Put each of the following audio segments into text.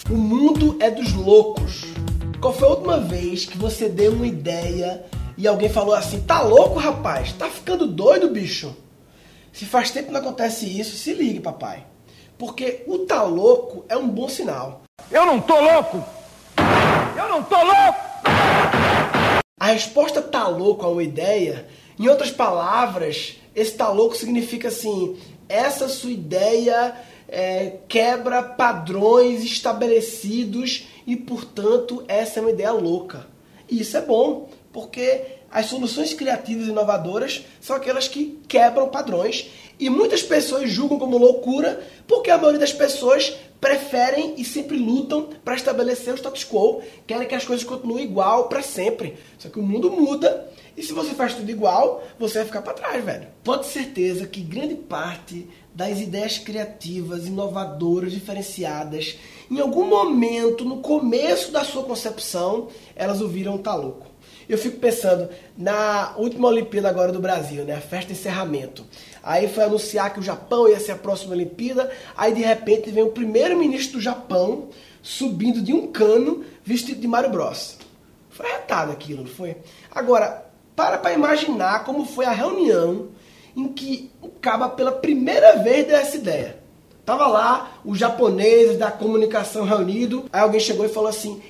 O mundo é dos loucos. Qual foi a última vez que você deu uma ideia e alguém falou assim, tá louco, rapaz? Tá ficando doido, bicho? Se faz tempo que não acontece isso, se ligue, papai. Porque o tá louco é um bom sinal. Eu não tô louco! Eu não tô louco! A resposta tá louco a uma ideia, em outras palavras, esse tá louco significa assim, essa sua ideia quebra padrões estabelecidos e, portanto, essa é uma ideia louca. E isso é bom, porque as soluções criativas e inovadoras são aquelas que quebram padrões e muitas pessoas julgam como loucura porque a maioria das pessoas preferem e sempre lutam para estabelecer o status quo, querem que as coisas continuem igual para sempre. Só que o mundo muda e se você faz tudo igual, você vai ficar para trás, velho. Pode ter certeza que grande parte das ideias criativas, inovadoras, diferenciadas, em algum momento, no começo da sua concepção, elas ouviram tá louco. Eu fico pensando na última Olimpíada agora do Brasil, né? A festa de encerramento. Aí foi anunciar que o Japão ia ser a próxima Olimpíada, aí de repente vem o primeiro-ministro do Japão subindo de um cano vestido de Mario Bros. Foi arretado aquilo, não foi? Agora, para imaginar como foi a reunião em que o caba pela primeira vez deu essa ideia. Tava lá os japoneses da comunicação reunidos, aí alguém chegou e falou assim,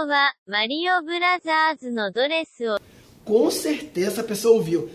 com certeza a pessoa ouviu.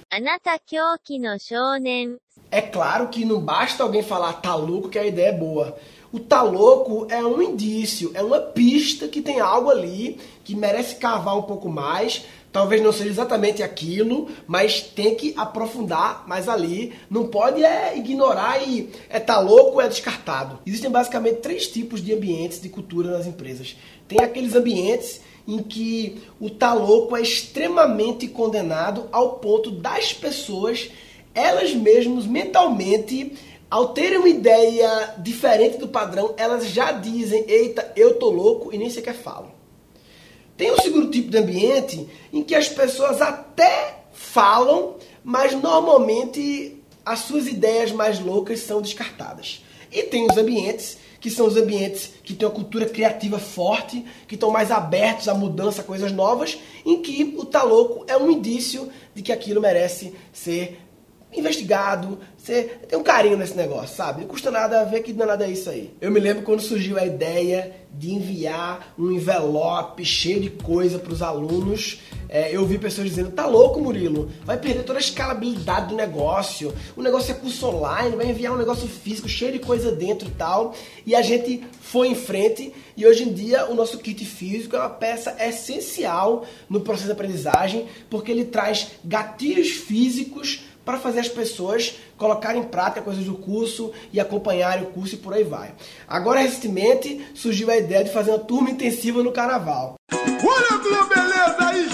É claro que não basta alguém falar tá louco que a ideia é boa. O tá louco é um indício, é uma pista que tem algo ali que merece cavar um pouco mais. Talvez não seja exatamente aquilo, mas tem que aprofundar mais ali. Não pode ignorar e tá louco, é descartado. Existem basicamente 3 tipos de ambientes de cultura nas empresas. Tem aqueles ambientes em que o tá louco é extremamente condenado ao ponto das pessoas, elas mesmas mentalmente, ao terem uma ideia diferente do padrão, elas já dizem, eita, eu tô louco e nem sequer falam. Tem o segundo tipo de ambiente em que as pessoas até falam, mas normalmente as suas ideias mais loucas são descartadas. E tem os ambientes que são os ambientes que têm uma cultura criativa forte, que estão mais abertos à mudança, a coisas novas, em que o tá louco é um indício de que aquilo merece ser investigado, você tem um carinho nesse negócio, sabe? Não custa nada ver que não é nada isso aí. Eu me lembro quando surgiu a ideia de enviar um envelope cheio de coisa para os alunos. Eu vi pessoas dizendo, tá louco, Murilo? Vai perder toda a escalabilidade do negócio. O negócio é curso online, vai enviar um negócio físico cheio de coisa dentro e tal. E a gente foi em frente e hoje em dia o nosso kit físico é uma peça essencial no processo de aprendizagem, porque ele traz gatilhos físicos para fazer as pessoas colocarem em prática coisas do curso e acompanharem o curso e por aí vai. Agora, recentemente, surgiu a ideia de fazer uma turma intensiva no carnaval. Olha que beleza aí,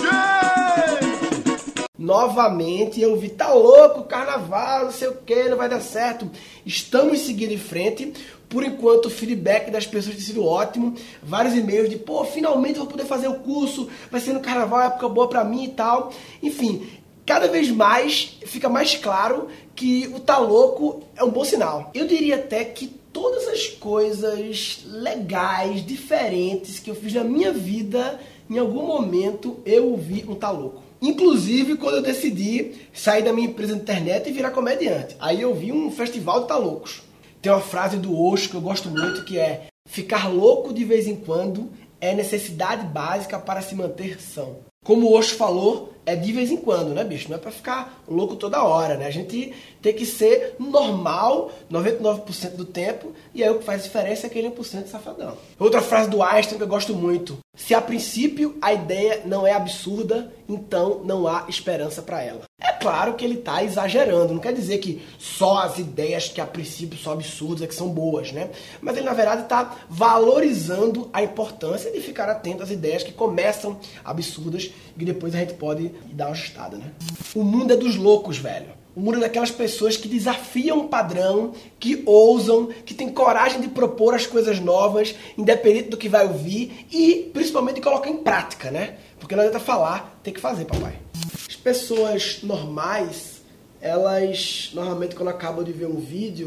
gente! Novamente, eu vi, tá louco, carnaval, não sei o que, não vai dar certo. Estamos seguindo em frente. Por enquanto, o feedback das pessoas tem sido ótimo. Vários e-mails de, pô, finalmente eu vou poder fazer o curso, vai ser no carnaval, é época boa pra mim e tal. Enfim, cada vez mais fica mais claro que o tá louco é um bom sinal. Eu diria até que todas as coisas legais, diferentes que eu fiz na minha vida, em algum momento eu ouvi um tá louco. Inclusive quando eu decidi sair da minha empresa de internet e virar comediante. Aí eu vi um festival de tá loucos. Tem uma frase do Osho que eu gosto muito que é: ficar louco de vez em quando é necessidade básica para se manter são. Como o Osho falou, é de vez em quando, né, bicho? Não é pra ficar louco toda hora, né? A gente tem que ser normal 99% do tempo, e aí o que faz diferença é aquele 1% safadão. Outra frase do Einstein que eu gosto muito: se a princípio a ideia não é absurda, então não há esperança para ela. É claro que ele está exagerando, não quer dizer que só as ideias que a princípio são absurdas é que são boas, né? Mas ele na verdade está valorizando a importância de ficar atento às ideias que começam absurdas e depois a gente pode dar uma ajustada, né? O mundo é dos loucos, velho. O mundo é daquelas pessoas que desafiam o padrão, que ousam, que têm coragem de propor as coisas novas, independente do que vai ouvir e principalmente de colocar em prática, né? Porque não adianta falar, tem que fazer, papai. As pessoas normais, elas normalmente quando acabam de ver um vídeo,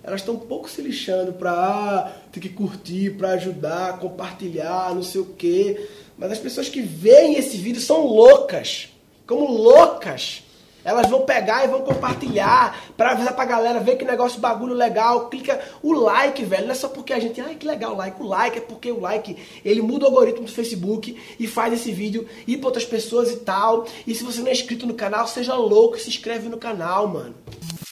elas estão um pouco se lixando pra ter que curtir, pra ajudar, compartilhar, não sei o quê. Mas as pessoas que veem esse vídeo são loucas. Como loucas. Elas vão pegar e vão compartilhar pra avisar pra galera, ver que negócio, bagulho legal. Clica o like, velho. Não é só porque a gente... Ai, que legal o like. O like é porque o like, ele muda o algoritmo do Facebook e faz esse vídeo ir pra outras pessoas e tal. E se você não é inscrito no canal, seja louco e se inscreve no canal, mano.